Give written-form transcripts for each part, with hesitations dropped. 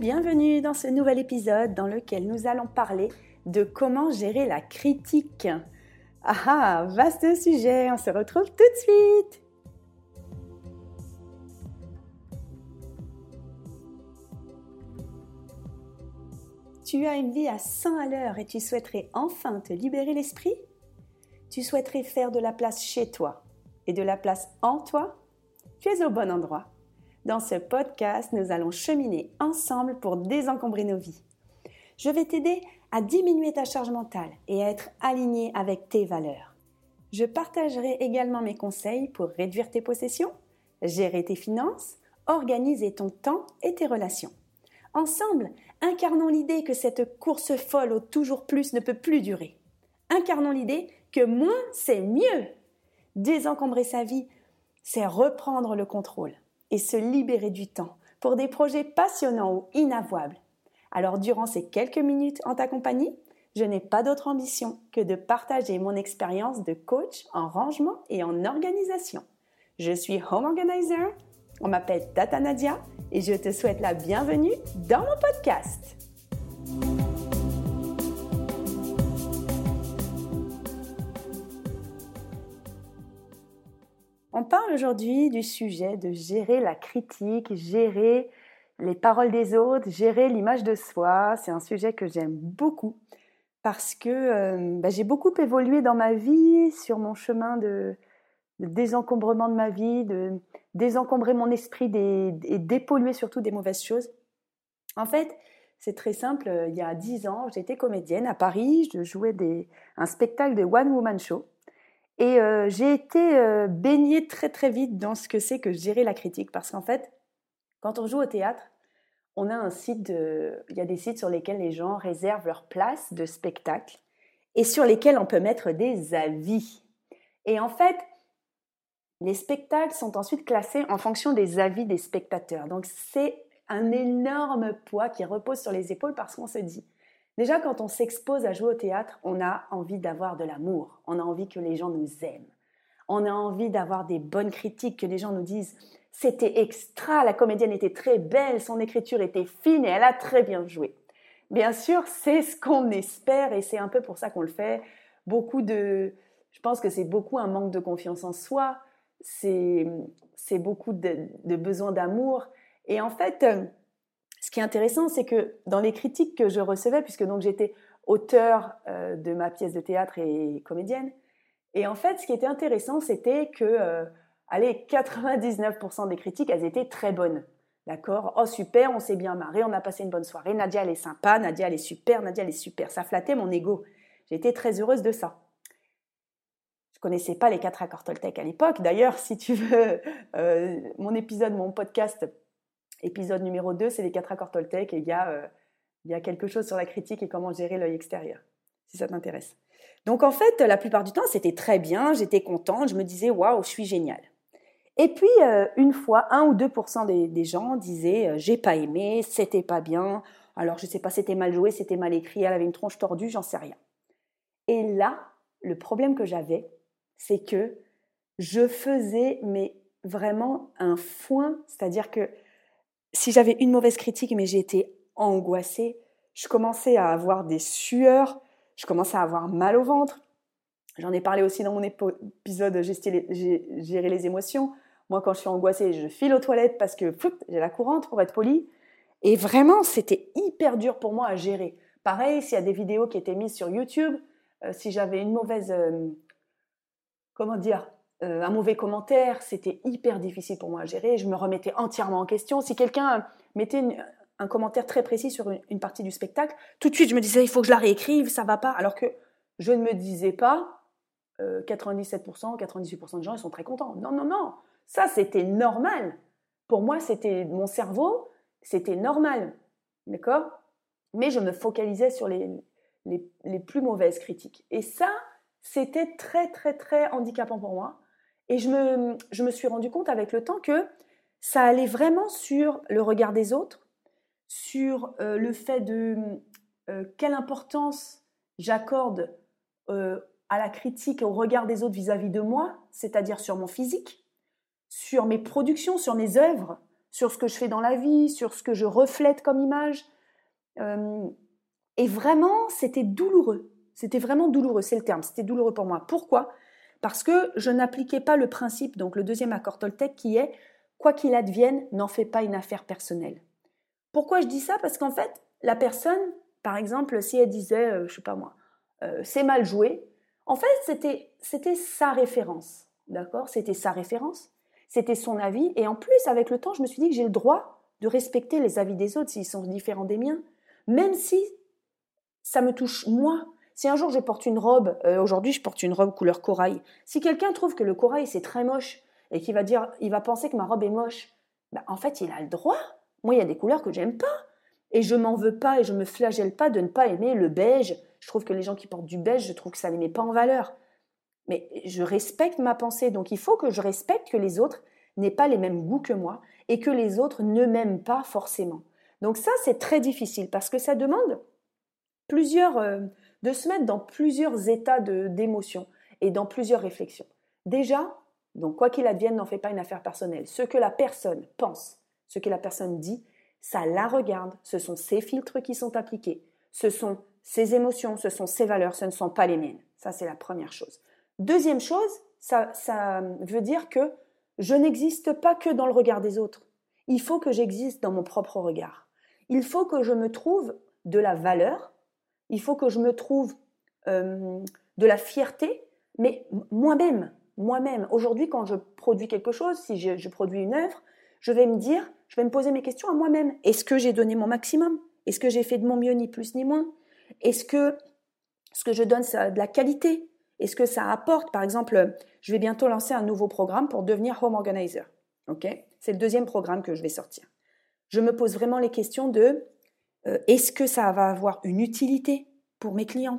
bienvenue dans ce nouvel épisode dans lequel nous allons parler de comment gérer la critique. Ah, vaste sujet, on se retrouve tout de suite. Tu as une vie à 100 à l'heure et tu souhaiterais enfin te libérer l'esprit? Tu souhaiterais faire de la place chez toi et de la place en toi? Tu es au bon endroit. Dans ce podcast, nous allons cheminer ensemble pour désencombrer nos vies. Je vais t'aider à diminuer ta charge mentale et à être aligné avec tes valeurs. Je partagerai également mes conseils pour réduire tes possessions, gérer tes finances, organiser ton temps et tes relations. Ensemble, incarnons l'idée que cette course folle au toujours plus ne peut plus durer. Incarnons l'idée que moins, c'est mieux. Désencombrer sa vie, c'est reprendre le contrôle et se libérer du temps pour des projets passionnants ou inavouables. Alors, durant ces quelques minutes en ta compagnie, je n'ai pas d'autre ambition que de partager mon expérience de coach en rangement et en organisation. Je suis Home Organizer, on m'appelle Tata Nadia et je te souhaite la bienvenue dans mon podcast. On parle aujourd'hui du sujet de gérer la critique, gérer les paroles des autres, gérer l'image de soi. C'est un sujet que j'aime beaucoup parce que j'ai beaucoup évolué dans ma vie, sur mon chemin de désencombrement de ma vie, de désencombrer mon esprit et dépolluer surtout des mauvaises choses. En fait, c'est très simple. Il y a 10 ans, j'étais comédienne à Paris. Je jouais un spectacle de One Woman Show. Et j'ai été baignée très très vite dans ce que c'est que gérer la critique. Parce qu'en fait, quand on joue au théâtre, on a il y a des sites sur lesquels les gens réservent leur place de spectacle et sur lesquels on peut mettre des avis. Et en fait, les spectacles sont ensuite classés en fonction des avis des spectateurs. Donc c'est un énorme poids qui repose sur les épaules parce qu'on se dit, déjà, quand on s'expose à jouer au théâtre, on a envie d'avoir de l'amour. On a envie que les gens nous aiment. On a envie d'avoir des bonnes critiques, que les gens nous disent « C'était extra, la comédienne était très belle, son écriture était fine et elle a très bien joué. » Bien sûr, c'est ce qu'on espère et c'est un peu pour ça qu'on le fait. Je pense que c'est beaucoup un manque de confiance en soi. C'est beaucoup de besoin d'amour. Et en fait, ce qui est intéressant, c'est que dans les critiques que je recevais, puisque donc j'étais auteure de ma pièce de théâtre et comédienne, et en fait, ce qui était intéressant, c'était que, 99% des critiques, elles étaient très bonnes. D'accord ? Oh super, on s'est bien marré, on a passé une bonne soirée, Nadia elle est sympa, Nadia elle est super, Nadia elle est super. Ça flattait mon ego. J'étais très heureuse de ça. Je connaissais pas les 4 accords Toltec à l'époque. D'ailleurs, si tu veux, mon podcast, épisode numéro 2, c'est les 4 accords Toltec et il y a quelque chose sur la critique et comment gérer l'œil extérieur, si ça t'intéresse. Donc en fait, la plupart du temps, c'était très bien, j'étais contente, je me disais « Waouh, je suis géniale ». Et puis, une fois, 1 ou 2% des gens disaient « J'ai pas aimé, c'était pas bien, alors je sais pas, c'était mal joué, c'était mal écrit, elle avait une tronche tordue, j'en sais rien ». Et là, le problème que j'avais, c'est que je faisais vraiment un foin, c'est-à-dire que si j'avais une mauvaise critique, mais j'étais angoissée, je commençais à avoir des sueurs, je commençais à avoir mal au ventre. J'en ai parlé aussi dans mon épisode Gérer les émotions. Moi, quand je suis angoissée, je file aux toilettes parce que j'ai la courante, pour être polie. Et vraiment, c'était hyper dur pour moi à gérer. Pareil, s'il y a des vidéos qui étaient mises sur YouTube, si j'avais une mauvaise... un mauvais commentaire, c'était hyper difficile pour moi à gérer. Je me remettais entièrement en question. Si quelqu'un mettait un commentaire très précis sur une partie du spectacle, tout de suite, je me disais, il faut que je la réécrive, ça va pas. Alors que je ne me disais pas, 97%, 98% de gens, ils sont très contents. Non, non, non. Ça, c'était normal. Pour moi, c'était mon cerveau, c'était normal. D'accord ? Mais je me focalisais sur les plus mauvaises critiques. Et ça, c'était très, très, très handicapant pour moi. Et je me suis rendu compte avec le temps que ça allait vraiment sur le regard des autres, sur le fait de quelle importance j'accorde à la critique et au regard des autres vis-à-vis de moi, c'est-à-dire sur mon physique, sur mes productions, sur mes œuvres. sur ce que je fais dans la vie, sur ce que je reflète comme image. Et vraiment, c'était douloureux. C'était vraiment douloureux, c'est le terme. C'était douloureux pour moi. Pourquoi ? Parce que je n'appliquais pas le principe, donc le deuxième accord Toltec qui est « quoi qu'il advienne, n'en fais pas une affaire personnelle ». Pourquoi je dis ça ? Parce qu'en fait, la personne, par exemple, si elle disait, je sais pas moi, c'est mal joué, en fait, c'était sa référence, d'accord ? C'était sa référence, c'était son avis, et en plus, avec le temps, je me suis dit que j'ai le droit de respecter les avis des autres s'ils sont différents des miens, même si ça me touche moi. Si un jour je porte une robe, aujourd'hui je porte une robe couleur corail, si quelqu'un trouve que le corail c'est très moche et qu'il va dire, il va penser que ma robe est moche, ben, en fait il a le droit. Moi il y a des couleurs que j'aime pas et je m'en veux pas et je me flagelle pas de ne pas aimer le beige. Je trouve que les gens qui portent du beige, je trouve que ça les met pas en valeur. Mais je respecte ma pensée, donc il faut que je respecte que les autres n'aient pas les mêmes goûts que moi et que les autres ne m'aiment pas forcément. Donc ça c'est très difficile parce que ça demande de se mettre dans plusieurs états d'émotion et dans plusieurs réflexions. Déjà, donc quoi qu'il advienne, n'en fais pas une affaire personnelle. Ce que la personne pense, ce que la personne dit, ça la regarde. Ce sont ses filtres qui sont appliqués. Ce sont ses émotions, ce sont ses valeurs, ce ne sont pas les miennes. Ça, c'est la première chose. Deuxième chose, ça veut dire que je n'existe pas que dans le regard des autres. Il faut que j'existe dans mon propre regard. Il faut que je me trouve de la valeur. Il faut que je me trouve de la fierté, mais moi-même. Aujourd'hui, quand je produis quelque chose, si je produis une œuvre, je vais me poser mes questions à moi-même. Est-ce que j'ai donné mon maximum ? Est-ce que j'ai fait de mon mieux, ni plus ni moins ? Est-ce que ce que je donne, ça a de la qualité ? Est-ce que ça apporte ? Par exemple, je vais bientôt lancer un nouveau programme pour devenir home organizer. Okay ? C'est le deuxième programme que je vais sortir. Je me pose vraiment les questions de est-ce que ça va avoir une utilité pour mes clientes ?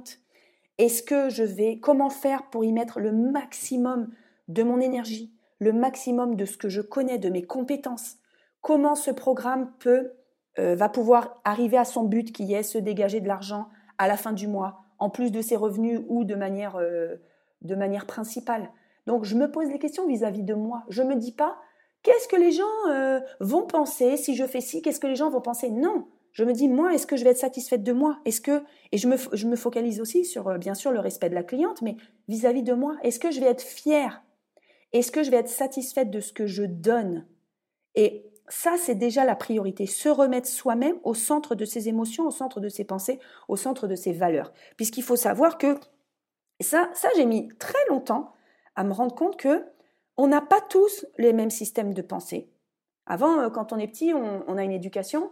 Comment faire pour y mettre le maximum de mon énergie, le maximum de ce que je connais, de mes compétences ? Comment ce programme va pouvoir arriver à son but qui est se dégager de l'argent à la fin du mois, en plus de ses revenus ou de manière principale ? Donc je me pose des questions vis-à-vis de moi. Je ne me dis pas qu'est-ce que les gens vont penser si je fais ci, qu'est-ce que les gens vont penser ? Non. Je me dis, moi, est-ce que je vais être satisfaite de moi ? Et je me focalise aussi sur, bien sûr, le respect de la cliente, mais vis-à-vis de moi, est-ce que je vais être fière ? Est-ce que je vais être satisfaite de ce que je donne ? Et ça, c'est déjà la priorité. Se remettre soi-même au centre de ses émotions, au centre de ses pensées, au centre de ses valeurs. Puisqu'il faut savoir que, ça j'ai mis très longtemps à me rendre compte que on n'a pas tous les mêmes systèmes de pensée. Avant, quand on est petit, on a une éducation...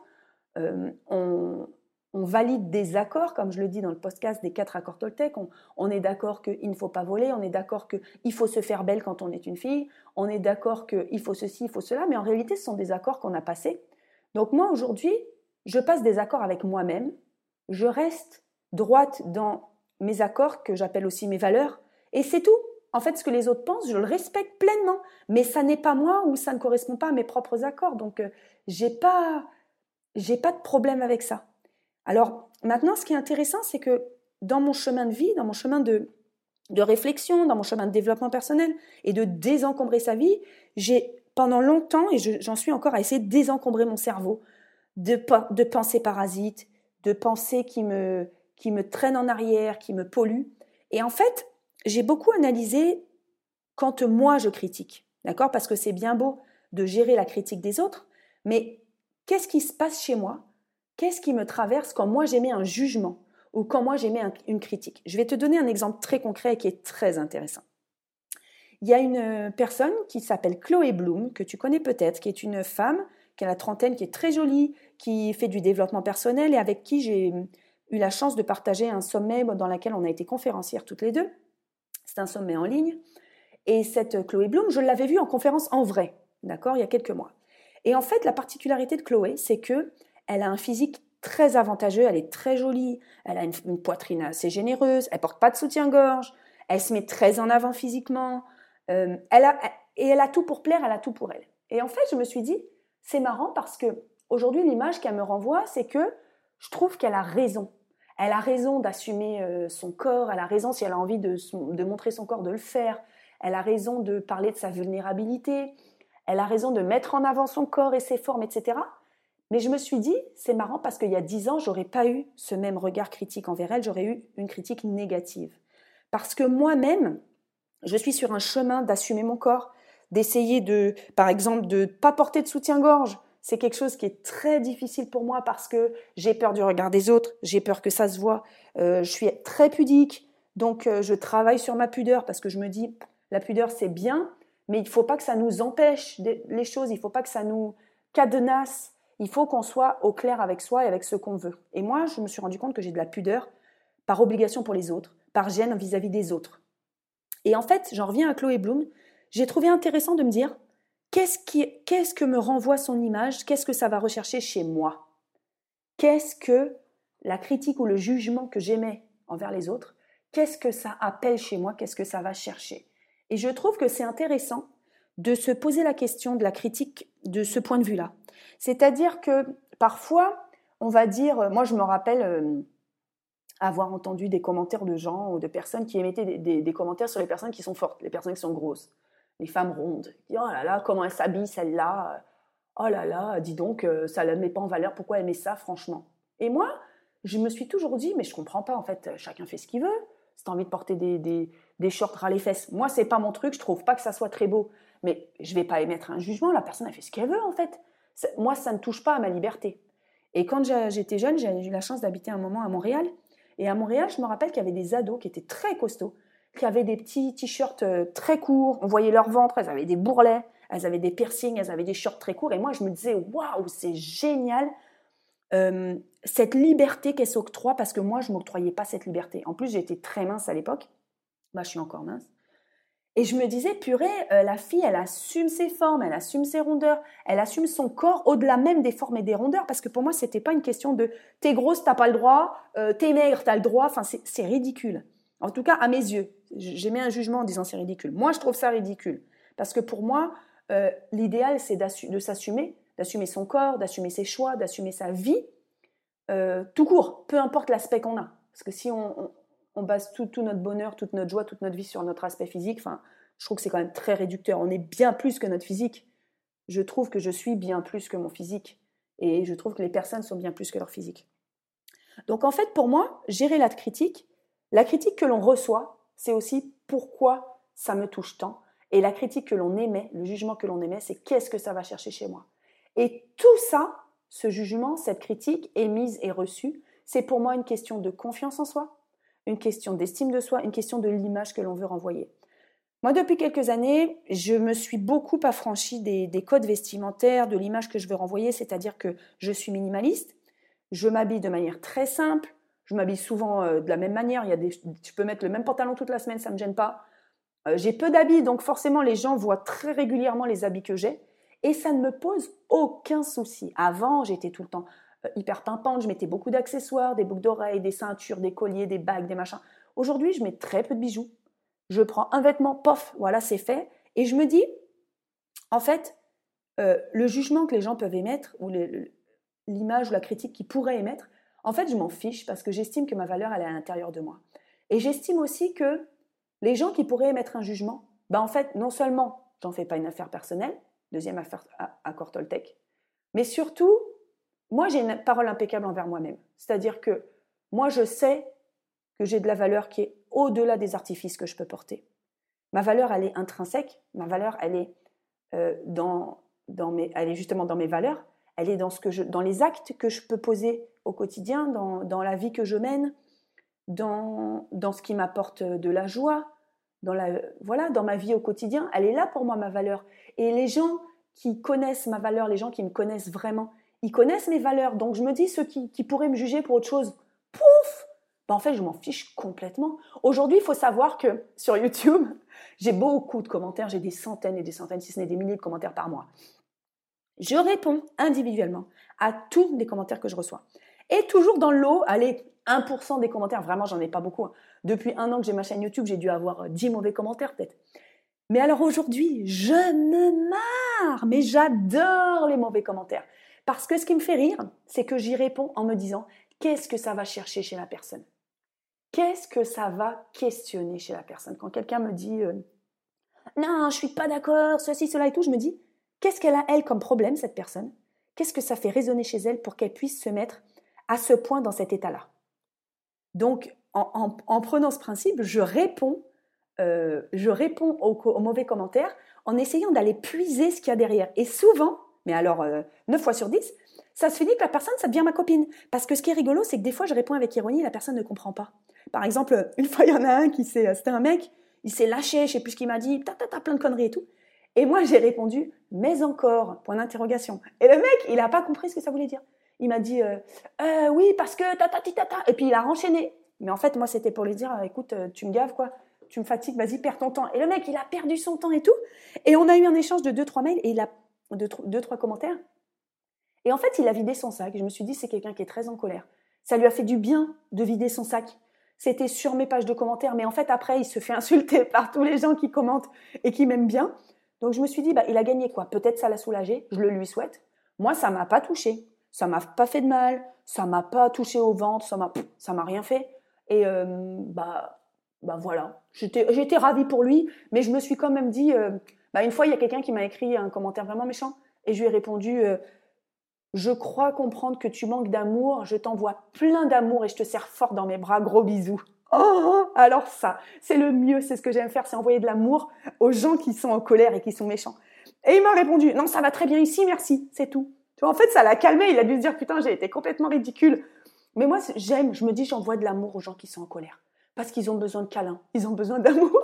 on valide des accords, comme je le dis dans le podcast des 4 accords Toltec. On est d'accord qu'il ne faut pas voler, on est d'accord qu'il faut se faire belle quand on est une fille, on est d'accord qu'il faut ceci, il faut cela, mais en réalité, ce sont des accords qu'on a passés. Donc moi, aujourd'hui, je passe des accords avec moi-même, je reste droite dans mes accords, que j'appelle aussi mes valeurs, et c'est tout. En fait, ce que les autres pensent, je le respecte pleinement, mais ça n'est pas moi ou ça ne correspond pas à mes propres accords, donc j'ai pas de problème avec ça. Alors maintenant, ce qui est intéressant, c'est que dans mon chemin de vie, dans mon chemin de réflexion, dans mon chemin de développement personnel et de désencombrer sa vie, j'ai pendant longtemps, et j'en suis encore à essayer de désencombrer mon cerveau, de pensées parasites, de pensées qui me traînent en arrière, qui me polluent. Et en fait, j'ai beaucoup analysé quand moi je critique, d'accord ? Parce que c'est bien beau de gérer la critique des autres, mais qu'est-ce qui se passe chez moi ? Qu'est-ce qui me traverse quand moi j'émets un jugement ou quand moi j'émets une critique ? Je vais te donner un exemple très concret et qui est très intéressant. Il y a une personne qui s'appelle Chloé Bloom, que tu connais peut-être, qui est une femme qui a la trentaine, qui est très jolie, qui fait du développement personnel et avec qui j'ai eu la chance de partager un sommet dans lequel on a été conférencières toutes les deux. C'est un sommet en ligne. Et cette Chloé Bloom, je l'avais vue en conférence en vrai, d'accord, il y a quelques mois. Et en fait, la particularité de Chloé, c'est que elle a un physique très avantageux, elle est très jolie, elle a une poitrine assez généreuse, elle porte pas de soutien-gorge, elle se met très en avant physiquement, elle a tout pour plaire, elle a tout pour elle. Et en fait, je me suis dit, c'est marrant parce que aujourd'hui, l'image qu'elle me renvoie, c'est que je trouve qu'elle a raison. Elle a raison d'assumer son corps, elle a raison si elle a envie de montrer son corps, de le faire. Elle a raison de parler de sa vulnérabilité. elle a raison de mettre en avant son corps et ses formes, etc. Mais je me suis dit, c'est marrant parce qu'il y a 10 ans, j'aurais pas eu ce même regard critique envers elle, j'aurais eu une critique négative. Parce que moi-même, je suis sur un chemin d'assumer mon corps, d'essayer de, par exemple, de ne pas porter de soutien-gorge. C'est quelque chose qui est très difficile pour moi parce que j'ai peur du regard des autres, j'ai peur que ça se voit. Je suis très pudique, donc je travaille sur ma pudeur parce que je me dis, la pudeur c'est bien, mais il ne faut pas que ça nous empêche les choses, il ne faut pas que ça nous cadenasse. Il faut qu'on soit au clair avec soi et avec ce qu'on veut. Et moi, je me suis rendu compte que j'ai de la pudeur par obligation pour les autres, par gêne vis-à-vis des autres. Et en fait, j'en reviens à Chloé Bloom, j'ai trouvé intéressant de me dire qu'est-ce que me renvoie son image, qu'est-ce que ça va rechercher chez moi, qu'est-ce que la critique ou le jugement que j'émets envers les autres, qu'est-ce que ça appelle chez moi, qu'est-ce que ça va chercher. Et je trouve que c'est intéressant de se poser la question de la critique de ce point de vue-là. C'est-à-dire que parfois, on va dire, moi je me rappelle avoir entendu des commentaires de gens ou de personnes qui émettaient des commentaires sur les personnes qui sont fortes, les personnes qui sont grosses, les femmes rondes. Qui, oh là là, comment elle s'habille celle-là, oh là là, dis donc, ça ne la met pas en valeur, pourquoi elle met ça, franchement. Et moi, je me suis toujours dit, mais je ne comprends pas, en fait, chacun fait ce qu'il veut. Si tu as envie de porter des shorts ras les fesses, moi, ce n'est pas mon truc, je ne trouve pas que ça soit très beau. Mais je ne vais pas émettre un jugement, la personne, elle fait ce qu'elle veut, en fait. Moi, ça ne touche pas à ma liberté. Et quand j'étais jeune, j'ai eu la chance d'habiter un moment à Montréal. Et à Montréal, je me rappelle qu'il y avait des ados qui étaient très costauds, qui avaient des petits t-shirts très courts, on voyait leur ventre, elles avaient des bourrelets, elles avaient des piercings, elles avaient des shorts très courts. Et moi, je me disais, waouh, c'est génial, cette liberté qu'elles s'octroient, parce que moi, je ne m'octroyais pas cette liberté. En plus, j'étais très mince à l'époque. Bah, je suis encore mince. Et je me disais, purée, la fille, elle assume ses formes, elle assume ses rondeurs, elle assume son corps au-delà même des formes et des rondeurs, parce que pour moi, c'était pas une question de t'es grosse, t'as pas le droit, t'es maigre, t'as le droit, enfin, c'est ridicule. En tout cas, à mes yeux. J'émets un jugement en disant c'est ridicule. Moi, je trouve ça ridicule. Parce que pour moi, l'idéal, c'est de s'assumer, d'assumer son corps, d'assumer ses choix, d'assumer sa vie, tout court, peu importe l'aspect qu'on a. Parce que si on base tout notre bonheur, toute notre joie, toute notre vie sur notre aspect physique, enfin, je trouve que c'est quand même très réducteur. On est bien plus que notre physique. Je trouve que je suis bien plus que mon physique. Et je trouve que les personnes sont bien plus que leur physique. Donc en fait, pour moi, gérer la critique que l'on reçoit, c'est aussi pourquoi ça me touche tant. Et la critique que l'on émet, le jugement que l'on émet, c'est qu'est-ce que ça va chercher chez moi. Et tout ça, ce jugement, cette critique émise et reçue, c'est pour moi une question de confiance en soi, une question d'estime de soi, une question de l'image que l'on veut renvoyer. Moi, depuis quelques années, je me suis beaucoup affranchie des codes vestimentaires, de l'image que je veux renvoyer, c'est-à-dire que je suis minimaliste, je m'habille de manière très simple, je m'habille souvent de la même manière, je peux mettre le même pantalon toute la semaine, ça ne me gêne pas. J'ai peu d'habits, donc forcément les gens voient très régulièrement les habits que j'ai, et ça ne me pose aucun souci. Avant, j'étais tout le temps hyper pimpante, je mettais beaucoup d'accessoires, des boucles d'oreilles, des ceintures, des colliers, des bagues, des machins. Aujourd'hui, je mets très peu de bijoux. Je prends un vêtement, pof, voilà, c'est fait. Et je me dis, en fait, le jugement que les gens peuvent émettre, ou l'image ou la critique qu'ils pourraient émettre, en fait, je m'en fiche parce que j'estime que ma valeur, elle est à l'intérieur de moi. Et j'estime aussi que les gens qui pourraient émettre un jugement, ben en fait, non seulement, j'en fais pas une affaire personnelle, deuxième affaire à Cortoltech, mais surtout, moi, j'ai une parole impeccable envers moi-même. C'est-à-dire que moi, je sais que j'ai de la valeur qui est au-delà des artifices que je peux porter. Ma valeur, elle est intrinsèque. Ma valeur, elle est, elle est justement dans mes valeurs. Elle est dans les actes que je peux poser au quotidien, dans la vie que je mène, dans ce qui m'apporte de la joie, dans ma vie au quotidien. Elle est là pour moi, ma valeur. Et les gens qui connaissent ma valeur, les gens qui me connaissent vraiment, ils connaissent mes valeurs. Donc je me dis, ceux qui pourraient me juger pour autre chose, pouf, ben en fait, je m'en fiche complètement. Aujourd'hui, il faut savoir que sur YouTube, j'ai beaucoup de commentaires, j'ai des centaines et des centaines, si ce n'est des milliers de commentaires par mois. Je réponds individuellement à tous les commentaires que je reçois. Et toujours dans le lot, allez, 1% des commentaires, vraiment, j'en ai pas beaucoup. Depuis 1 an que j'ai ma chaîne YouTube, j'ai dû avoir 10 mauvais commentaires peut-être. Mais alors aujourd'hui, je me marre, mais j'adore les mauvais commentaires. Parce que ce qui me fait rire, c'est que j'y réponds en me disant, qu'est-ce que ça va chercher chez la personne ? Qu'est-ce que ça va questionner chez la personne ? Quand quelqu'un me dit « Non, je suis pas d'accord, ceci, cela et tout », je me dis Qu'est-ce qu'elle a, elle, comme problème, cette personne? Qu'est-ce que ça fait résonner chez elle pour qu'elle puisse se mettre à ce point dans cet état-là? Donc, en prenant ce principe, je réponds aux mauvais commentaires en essayant d'aller puiser ce qu'il y a derrière. Et souvent, mais alors 9 fois sur 10, ça se finit que la personne, ça devient ma copine. Parce que ce qui est rigolo, c'est que des fois, je réponds avec ironie et la personne ne comprend pas. Par exemple, une fois, il y en a un c'était un mec, il s'est lâché, je ne sais plus ce qu'il m'a dit, t'as plein de conneries et tout. Et moi, j'ai répondu, mais encore, point d'interrogation. Et le mec, il n'a pas compris ce que ça voulait dire. Il m'a dit, oui, parce que tata. Et puis, il a enchaîné. Mais en fait, moi, c'était pour lui dire, écoute, tu me gaves, quoi. Tu me fatigues, vas-y, perds ton temps. Et le mec, il a perdu son temps et tout. Et on a eu un échange de 2-3 mails et il a 2-3 commentaires. Et en fait, il a vidé son sac. Je me suis dit, c'est quelqu'un qui est très en colère. Ça lui a fait du bien de vider son sac. C'était sur mes pages de commentaires. Mais en fait, après, il se fait insulter par tous les gens qui commentent et qui m'aiment bien. Donc, je me suis dit, il a gagné quoi? Peut-être ça l'a soulagé. Je le lui souhaite. Moi, ça m'a pas touché. Ça m'a pas fait de mal. Ça m'a pas touché au ventre. Ça m'a rien fait. Et voilà. J'étais ravie pour lui. Mais je me suis quand même dit, une fois, il y a quelqu'un qui m'a écrit un commentaire vraiment méchant. Et je lui ai répondu, je crois comprendre que tu manques d'amour. Je t'envoie plein d'amour et je te serre fort dans mes bras. Gros bisous. Oh, alors ça, c'est le mieux, c'est ce que j'aime faire, c'est envoyer de l'amour aux gens qui sont en colère et qui sont méchants. Et il m'a répondu, non, ça va très bien ici, merci, c'est tout. Tu vois, en fait, ça l'a calmé, il a dû se dire, putain, j'ai été complètement ridicule. Mais moi, je me dis, j'envoie de l'amour aux gens qui sont en colère. Parce qu'ils ont besoin de câlins, ils ont besoin d'amour.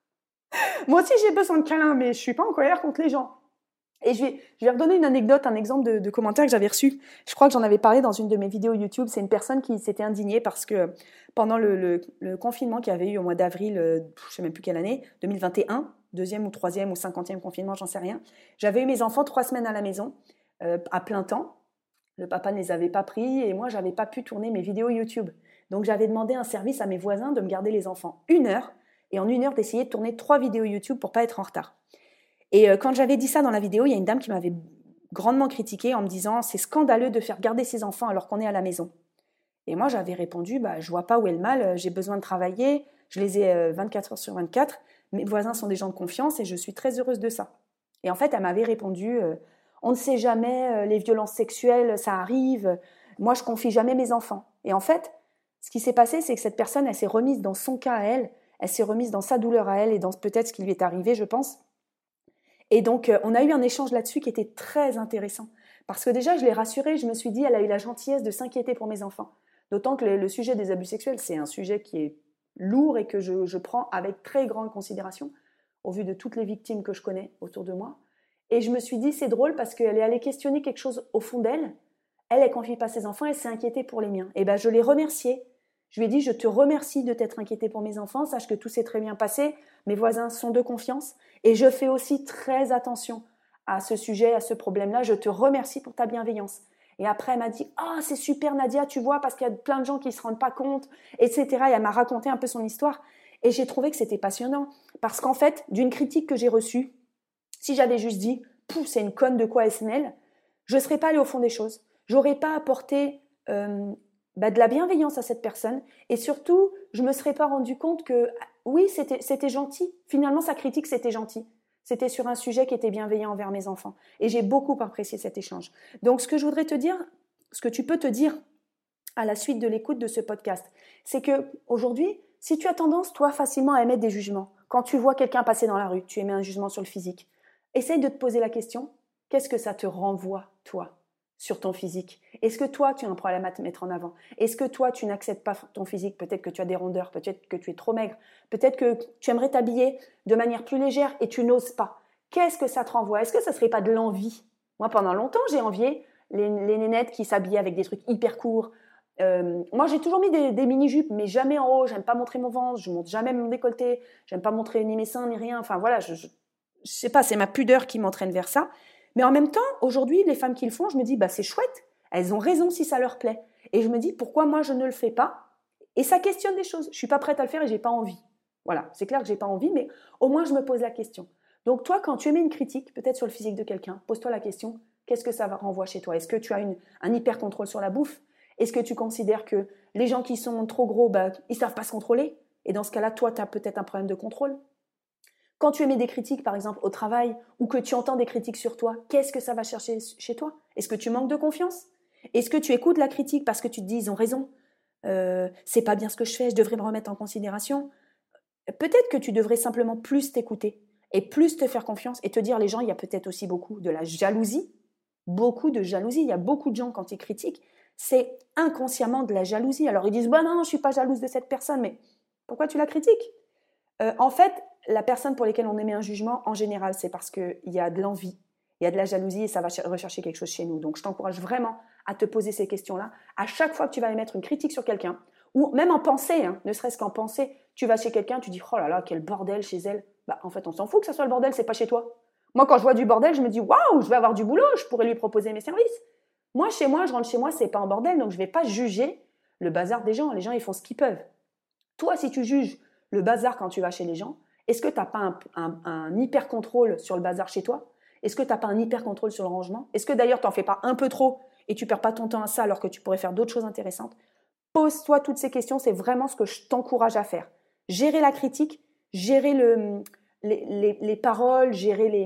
Moi aussi, j'ai besoin de câlins, mais je suis pas en colère contre les gens. Et je vais redonner une anecdote, un exemple de commentaire que j'avais reçu. Je crois que j'en avais parlé dans une de mes vidéos YouTube. C'est une personne qui s'était indignée parce que pendant le confinement qu'il y avait eu au mois d'avril, je ne sais même plus quelle année, 2021, deuxième ou troisième ou 50e confinement, j'en sais rien. J'avais eu mes enfants 3 semaines à la maison, à plein temps. Le papa ne les avait pas pris et moi, je n'avais pas pu tourner mes vidéos YouTube. Donc, j'avais demandé un service à mes voisins de me garder les enfants 1 heure et en 1 heure d'essayer de tourner 3 vidéos YouTube pour pas être en retard. Et quand j'avais dit ça dans la vidéo, il y a une dame qui m'avait grandement critiquée en me disant « c'est scandaleux de faire garder ses enfants alors qu'on est à la maison ». Et moi, j'avais répondu « je vois pas où est le mal, j'ai besoin de travailler, je les ai 24 heures sur 24, mes voisins sont des gens de confiance et je suis très heureuse de ça ». Et en fait, elle m'avait répondu « on ne sait jamais, les violences sexuelles, ça arrive, moi je confie jamais mes enfants ». Et en fait, ce qui s'est passé, c'est que cette personne, elle s'est remise dans son cas à elle s'est remise dans sa douleur à elle et dans peut-être ce qui lui est arrivé, je pense. Et donc, on a eu un échange là-dessus qui était très intéressant. Parce que déjà, je l'ai rassurée, je me suis dit, elle a eu la gentillesse de s'inquiéter pour mes enfants. D'autant que le sujet des abus sexuels, c'est un sujet qui est lourd et que je prends avec très grande considération, au vu de toutes les victimes que je connais autour de moi. Et je me suis dit, c'est drôle parce qu'elle est allée questionner quelque chose au fond d'elle. Elle ne confie pas ses enfants, elle s'est inquiétée pour les miens. Et je l'ai remerciée. Je lui ai dit, je te remercie de t'être inquiétée pour mes enfants, sache que tout s'est très bien passé, mes voisins sont de confiance, et je fais aussi très attention à ce sujet, à ce problème-là, je te remercie pour ta bienveillance. Et après, elle m'a dit, c'est super Nadia, tu vois, parce qu'il y a plein de gens qui ne se rendent pas compte, etc. Et elle m'a raconté un peu son histoire, et j'ai trouvé que c'était passionnant, parce qu'en fait, d'une critique que j'ai reçue, si j'avais juste dit, c'est une conne de quoi SNL, je ne serais pas allée au fond des choses, j'aurais pas apporté de la bienveillance à cette personne et surtout, je ne me serais pas rendu compte que oui, c'était gentil. Finalement, sa critique, c'était gentil. C'était sur un sujet qui était bienveillant envers mes enfants. Et j'ai beaucoup apprécié cet échange. Donc, ce que je voudrais te dire, ce que tu peux te dire à la suite de l'écoute de ce podcast, c'est que aujourd'hui, si tu as tendance, toi, facilement à émettre des jugements, quand tu vois quelqu'un passer dans la rue, tu émets un jugement sur le physique, essaye de te poser la question, qu'est-ce que ça te renvoie, toi, sur ton physique? Est-ce que toi, tu as un problème à te mettre en avant? Est-ce que toi, tu n'acceptes pas ton physique? Peut-être que tu as des rondeurs, peut-être que tu es trop maigre, peut-être que tu aimerais t'habiller de manière plus légère et tu n'oses pas. Qu'est-ce que ça te renvoie? Est-ce que ça ne serait pas de l'envie? Moi, pendant longtemps, j'ai envié les nénettes qui s'habillaient avec des trucs hyper courts. Moi, j'ai toujours mis des mini-jupes, mais jamais en haut. J'aime pas montrer mon ventre, je monte jamais mon décolleté, j'aime pas montrer ni mes seins, ni rien. Enfin, voilà, je sais pas, c'est ma pudeur qui m'entraîne vers ça. Mais en même temps, aujourd'hui, les femmes qui le font, je me dis, c'est chouette. Elles ont raison si ça leur plaît. Et je me dis, pourquoi moi, je ne le fais pas? Et ça questionne des choses. Je suis pas prête à le faire et j'ai pas envie. Voilà, c'est clair que j'ai pas envie, mais au moins, je me pose la question. Donc toi, quand tu émets une critique, peut-être sur le physique de quelqu'un, pose-toi la question, qu'est-ce que ça renvoie chez toi? Est-ce que tu as un hyper-contrôle sur la bouffe? Est-ce que tu considères que les gens qui sont trop gros, ils savent pas se contrôler? Et dans ce cas-là, toi, tu as peut-être un problème de contrôle. Quand tu émets des critiques, par exemple, au travail, ou que tu entends des critiques sur toi, qu'est-ce que ça va chercher chez toi? Est-ce que tu manques de confiance? Est-ce que tu écoutes la critique parce que tu te dis, ils ont raison, c'est pas bien ce que je fais, je devrais me remettre en considération? Peut-être que tu devrais simplement plus t'écouter et plus te faire confiance et te dire, les gens, il y a peut-être aussi beaucoup de la jalousie, beaucoup de jalousie. Il y a beaucoup de gens, quand ils critiquent, c'est inconsciemment de la jalousie. Alors ils disent, bah non, je suis pas jalouse de cette personne, mais pourquoi tu la critiques? En fait, la personne pour laquelle on émet un jugement, en général, c'est parce qu'il y a de l'envie, il y a de la jalousie et ça va rechercher quelque chose chez nous. Donc, je t'encourage vraiment à te poser ces questions-là. À chaque fois que tu vas émettre une critique sur quelqu'un, ou même en pensée, ne serait-ce qu'en pensée, tu vas chez quelqu'un, tu dis « Oh là là, quel bordel chez elle !» Bah, en fait, on s'en fout que ça soit le bordel, c'est pas chez toi. Moi, quand je vois du bordel, je me dis « Waouh, je vais avoir du boulot, je pourrais lui proposer mes services. » Moi, chez moi, je rentre chez moi, c'est pas en bordel, donc je vais pas juger le bazar des gens. Les gens, ils font ce qu'ils peuvent. Toi, si tu juges le bazar quand tu vas chez les gens, est-ce que tu n'as pas un hyper-contrôle sur le bazar chez toi? Est-ce que tu n'as pas un hyper-contrôle sur le rangement? Est-ce que d'ailleurs, tu n'en fais pas un peu trop et tu ne perds pas ton temps à ça alors que tu pourrais faire d'autres choses intéressantes? Pose-toi toutes ces questions, c'est vraiment ce que je t'encourage à faire. Gérer la critique, gérer les paroles, gérer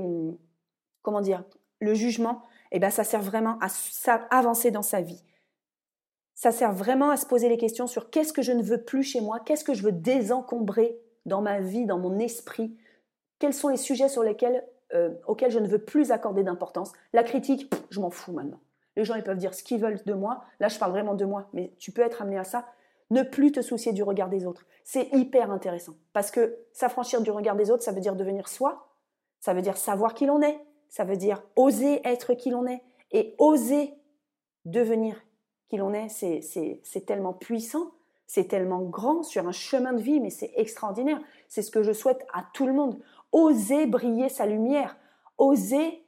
le jugement, et ben ça sert vraiment à avancer dans sa vie. Ça sert vraiment à se poser les questions sur qu'est-ce que je ne veux plus chez moi, qu'est-ce que je veux désencombrer dans ma vie, dans mon esprit, quels sont les sujets auxquels je ne veux plus accorder d'importance. La critique, je m'en fous maintenant. Les gens, ils peuvent dire ce qu'ils veulent de moi. Là, je parle vraiment de moi, mais tu peux être amené à ça. Ne plus te soucier du regard des autres. C'est hyper intéressant parce que s'affranchir du regard des autres, ça veut dire devenir soi, ça veut dire savoir qui l'on est, ça veut dire oser être qui l'on est et oser devenir qui l'on est, c'est tellement puissant, c'est tellement grand sur un chemin de vie, mais c'est extraordinaire. C'est ce que je souhaite à tout le monde. Oser briller sa lumière, oser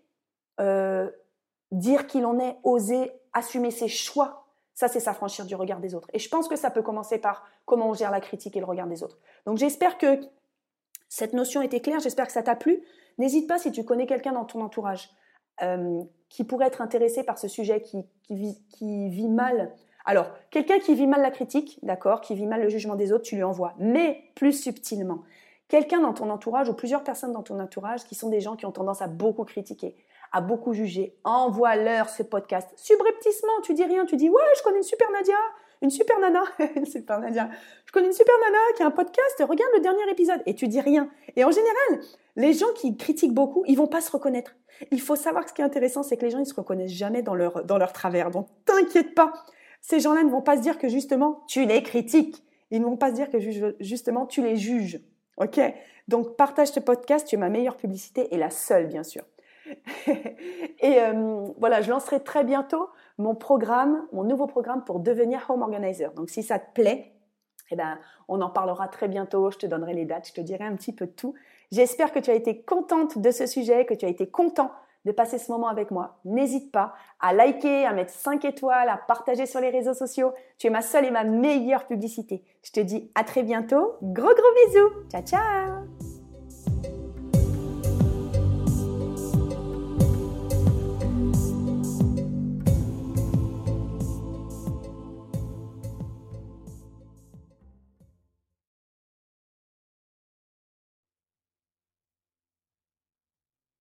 dire qui l'on est, oser assumer ses choix. Ça, c'est s'affranchir du regard des autres. Et je pense que ça peut commencer par comment on gère la critique et le regard des autres. Donc j'espère que cette notion était claire, j'espère que ça t'a plu. N'hésite pas si tu connais quelqu'un dans ton entourage qui pourrait être intéressé par ce sujet, qui vit mal. Alors, quelqu'un qui vit mal la critique, d'accord, qui vit mal le jugement des autres, tu lui envoies, mais plus subtilement. Quelqu'un dans ton entourage ou plusieurs personnes dans ton entourage qui sont des gens qui ont tendance à beaucoup critiquer, à beaucoup juger, envoie-leur ce podcast. Subrepticement, tu dis rien, tu dis « Ouais, je connais une super Nadia, une super nana, une super Nadia. Je connais une super nana qui a un podcast, regarde le dernier épisode. » Et tu dis rien. Et en général, les gens qui critiquent beaucoup, ils vont pas se reconnaître. Il faut savoir que ce qui est intéressant, c'est que les gens, ils se reconnaissent jamais dans leur travers. Donc, t'inquiète pas. Ces gens-là ne vont pas se dire que justement, tu les critiques. Ils ne vont pas se dire que justement, tu les juges. Ok? Donc, partage ce podcast. Tu es ma meilleure publicité et la seule, bien sûr. Et voilà, je lancerai très bientôt mon nouveau programme pour devenir home organizer. Donc, si ça te plaît, eh ben, on en parlera très bientôt. Je te donnerai les dates, je te dirai un petit peu de tout. J'espère que tu as été contente de ce sujet, que tu as été content de passer ce moment avec moi. N'hésite pas à liker, à mettre 5 étoiles, à partager sur les réseaux sociaux. Tu es ma seule et ma meilleure publicité. Je te dis à très bientôt. Gros bisous. Ciao, ciao.